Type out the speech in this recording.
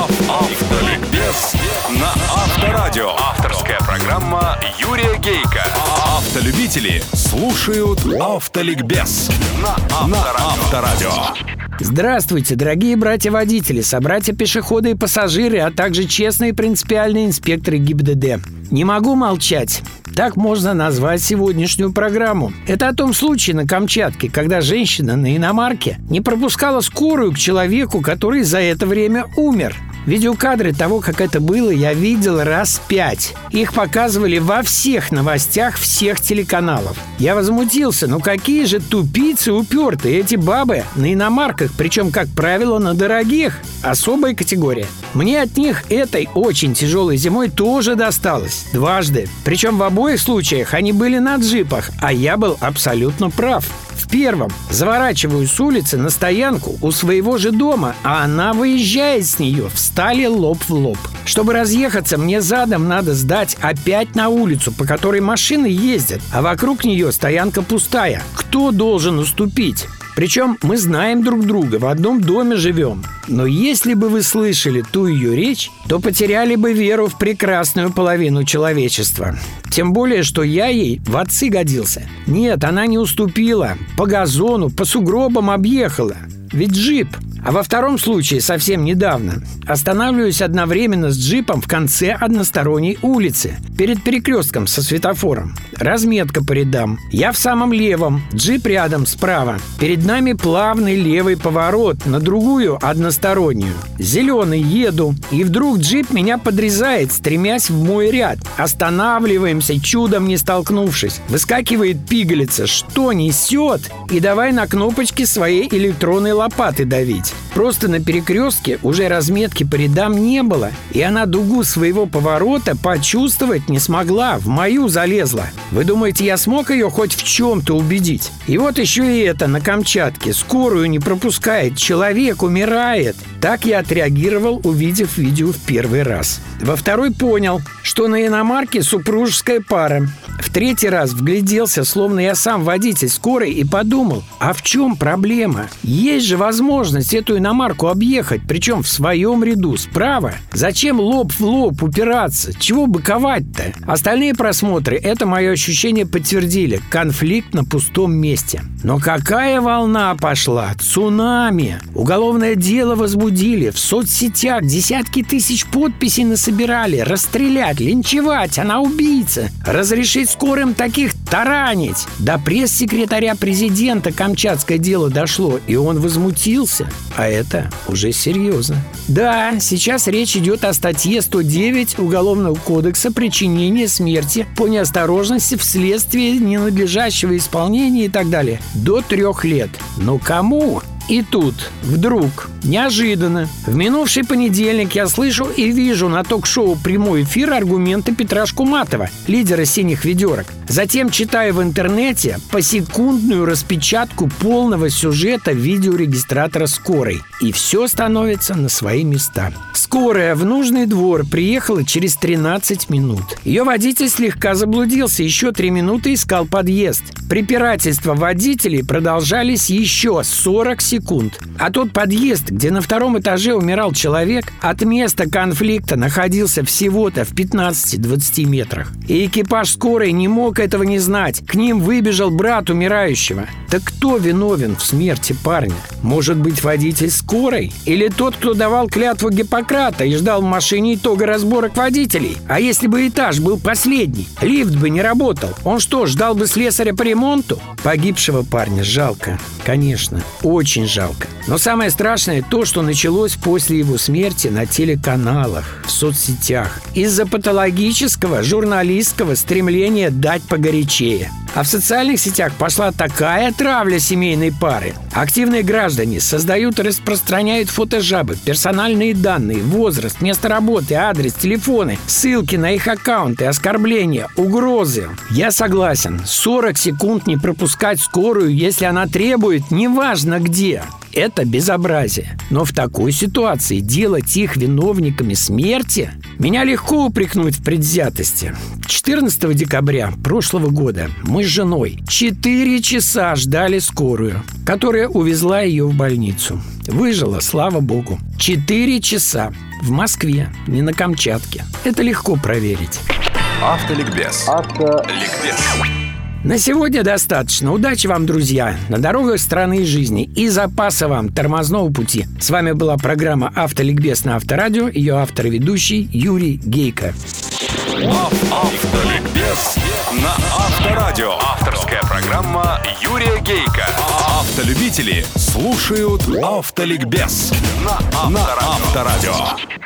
Автоликбез на Авторадио. Авторская программа Юрия Гейка. Автолюбители слушают Автоликбез на Авторадио. Здравствуйте, дорогие братья-водители, собратья-пешеходы и пассажиры, а также честные принципиальные инспекторы ГИБДД. Не могу молчать. Так можно назвать сегодняшнюю программу. Это о том случае на Камчатке, когда женщина на иномарке не пропускала скорую к человеку, который за это время умер. Видеокадры того, как это было, я видел раз 5. Их показывали во всех новостях всех телеканалов. Я возмутился, какие же тупицы упертые эти бабы на иномарках, причем, как правило, на дорогих. Особая категория. Мне от них этой очень тяжелой зимой тоже досталось. Дважды. Причем в обоих случаях они были на джипах, а я был абсолютно прав. В первом заворачиваю с улицы на стоянку у своего же дома, а она выезжает с нее, встали лоб в лоб. Чтобы разъехаться, мне задом надо сдать опять на улицу, по которой машины ездят, а вокруг нее стоянка пустая. Кто должен уступить? Причем мы знаем друг друга, в одном доме живем. Но если бы вы слышали ту ее речь, то потеряли бы веру в прекрасную половину человечества. Тем более, что я ей в отцы годился. Нет, она не уступила. По газону, по сугробам объехала. Ведь джип. А во втором случае, совсем недавно, останавливаюсь одновременно с джипом в конце односторонней улицы, перед перекрестком со светофором. Разметка по рядам. Я в самом левом, джип рядом справа. Перед нами плавный левый поворот на другую одностороннюю. Зеленый, еду. И вдруг джип меня подрезает, стремясь в мой ряд. Останавливаемся, чудом не столкнувшись. Выскакивает пигалица. Что несет? И давай на кнопочки своей электронной лопаты давить. Просто на перекрестке уже разметки по рядам не было, и она дугу своего поворота почувствовать не смогла, в мою залезла. Вы думаете, я смог ее хоть в чем-то убедить? И вот еще и это на Камчатке. Скорую не пропускает, человек умирает. Так я отреагировал, увидев видео в первый раз. Во второй понял, что на иномарке супружеская пара. В третий раз вгляделся, словно я сам водитель скорой, и подумал, а в чем проблема? Есть же возможность эту иномарку объехать, причем в своем ряду, справа. Зачем лоб в лоб упираться? Чего быковать-то? Остальные просмотры это мое ощущение подтвердили. Конфликт на пустом месте. Но какая волна пошла? Цунами! Уголовное дело возбудили. В соцсетях десятки тысяч подписей насобирали. Расстрелять, линчевать, она убийца. Разрешить скорым таких таранить. До пресс-секретаря президента камчатское дело дошло, и он возмутился. А это уже серьезно. Да, сейчас речь идет о статье 109 Уголовного кодекса «Причинение смерти по неосторожности вследствие ненадлежащего исполнения» и так далее. До 3 лет. Но кому? И тут, вдруг, неожиданно, в минувший понедельник я слышу и вижу на ток-шоу «Прямой эфир» аргументы Петра Шкуматова, лидера «Синих ведерок». Затем читаю в интернете посекундную распечатку полного сюжета видеорегистратора скорой. И все становится на свои места. Скорая в нужный двор приехала через 13 минут. Ее водитель слегка заблудился, еще 3 минуты искал подъезд. Препирательства водителей продолжались еще 40 секунд. А тот подъезд, где на 2-м этаже умирал человек, от места конфликта находился всего-то в 15-20 метрах. И экипаж скорой не мог этого не знать. К ним выбежал брат умирающего. Так кто виновен в смерти парня? Может быть, водитель скорой? Или тот, кто давал клятву Гиппократа и ждал в машине итога разборок водителей? А если бы этаж был последний? Лифт бы не работал. Он что, ждал бы слесаря по ремонту? Погибшего парня жалко. Конечно, очень жалко. Но самое страшное то, что началось после его смерти на телеканалах, в соцсетях. Из-за патологического журналистского стремления дать погорячее. А в социальных сетях пошла такая травля семейной пары. Активные граждане создают и распространяют фотожабы, персональные данные, возраст, место работы, адрес, телефоны, ссылки на их аккаунты, оскорбления, угрозы. Я согласен, 40 секунд не пропускать скорую, если она требует, неважно где. это безобразие. Но в такой ситуации делать их виновниками смерти меня легко упрекнуть в предвзятости. 14 декабря прошлого года мы с женой 4 часа ждали скорую, которая увезла ее в больницу. Выжила, слава богу. 4 часа. В Москве, не на Камчатке. Это легко проверить. Автоликбез. На сегодня достаточно. Удачи вам, друзья, на дорогах страны и жизни. И запаса вам тормозного пути. С вами была программа «Автоликбез» на Авторадио. Ее автор и ведущий Юрий Гейко. Автоликбез на Авторадио. Авторская программа Юрия Гейко. Автолюбители слушают Автоликбез на Авторадио.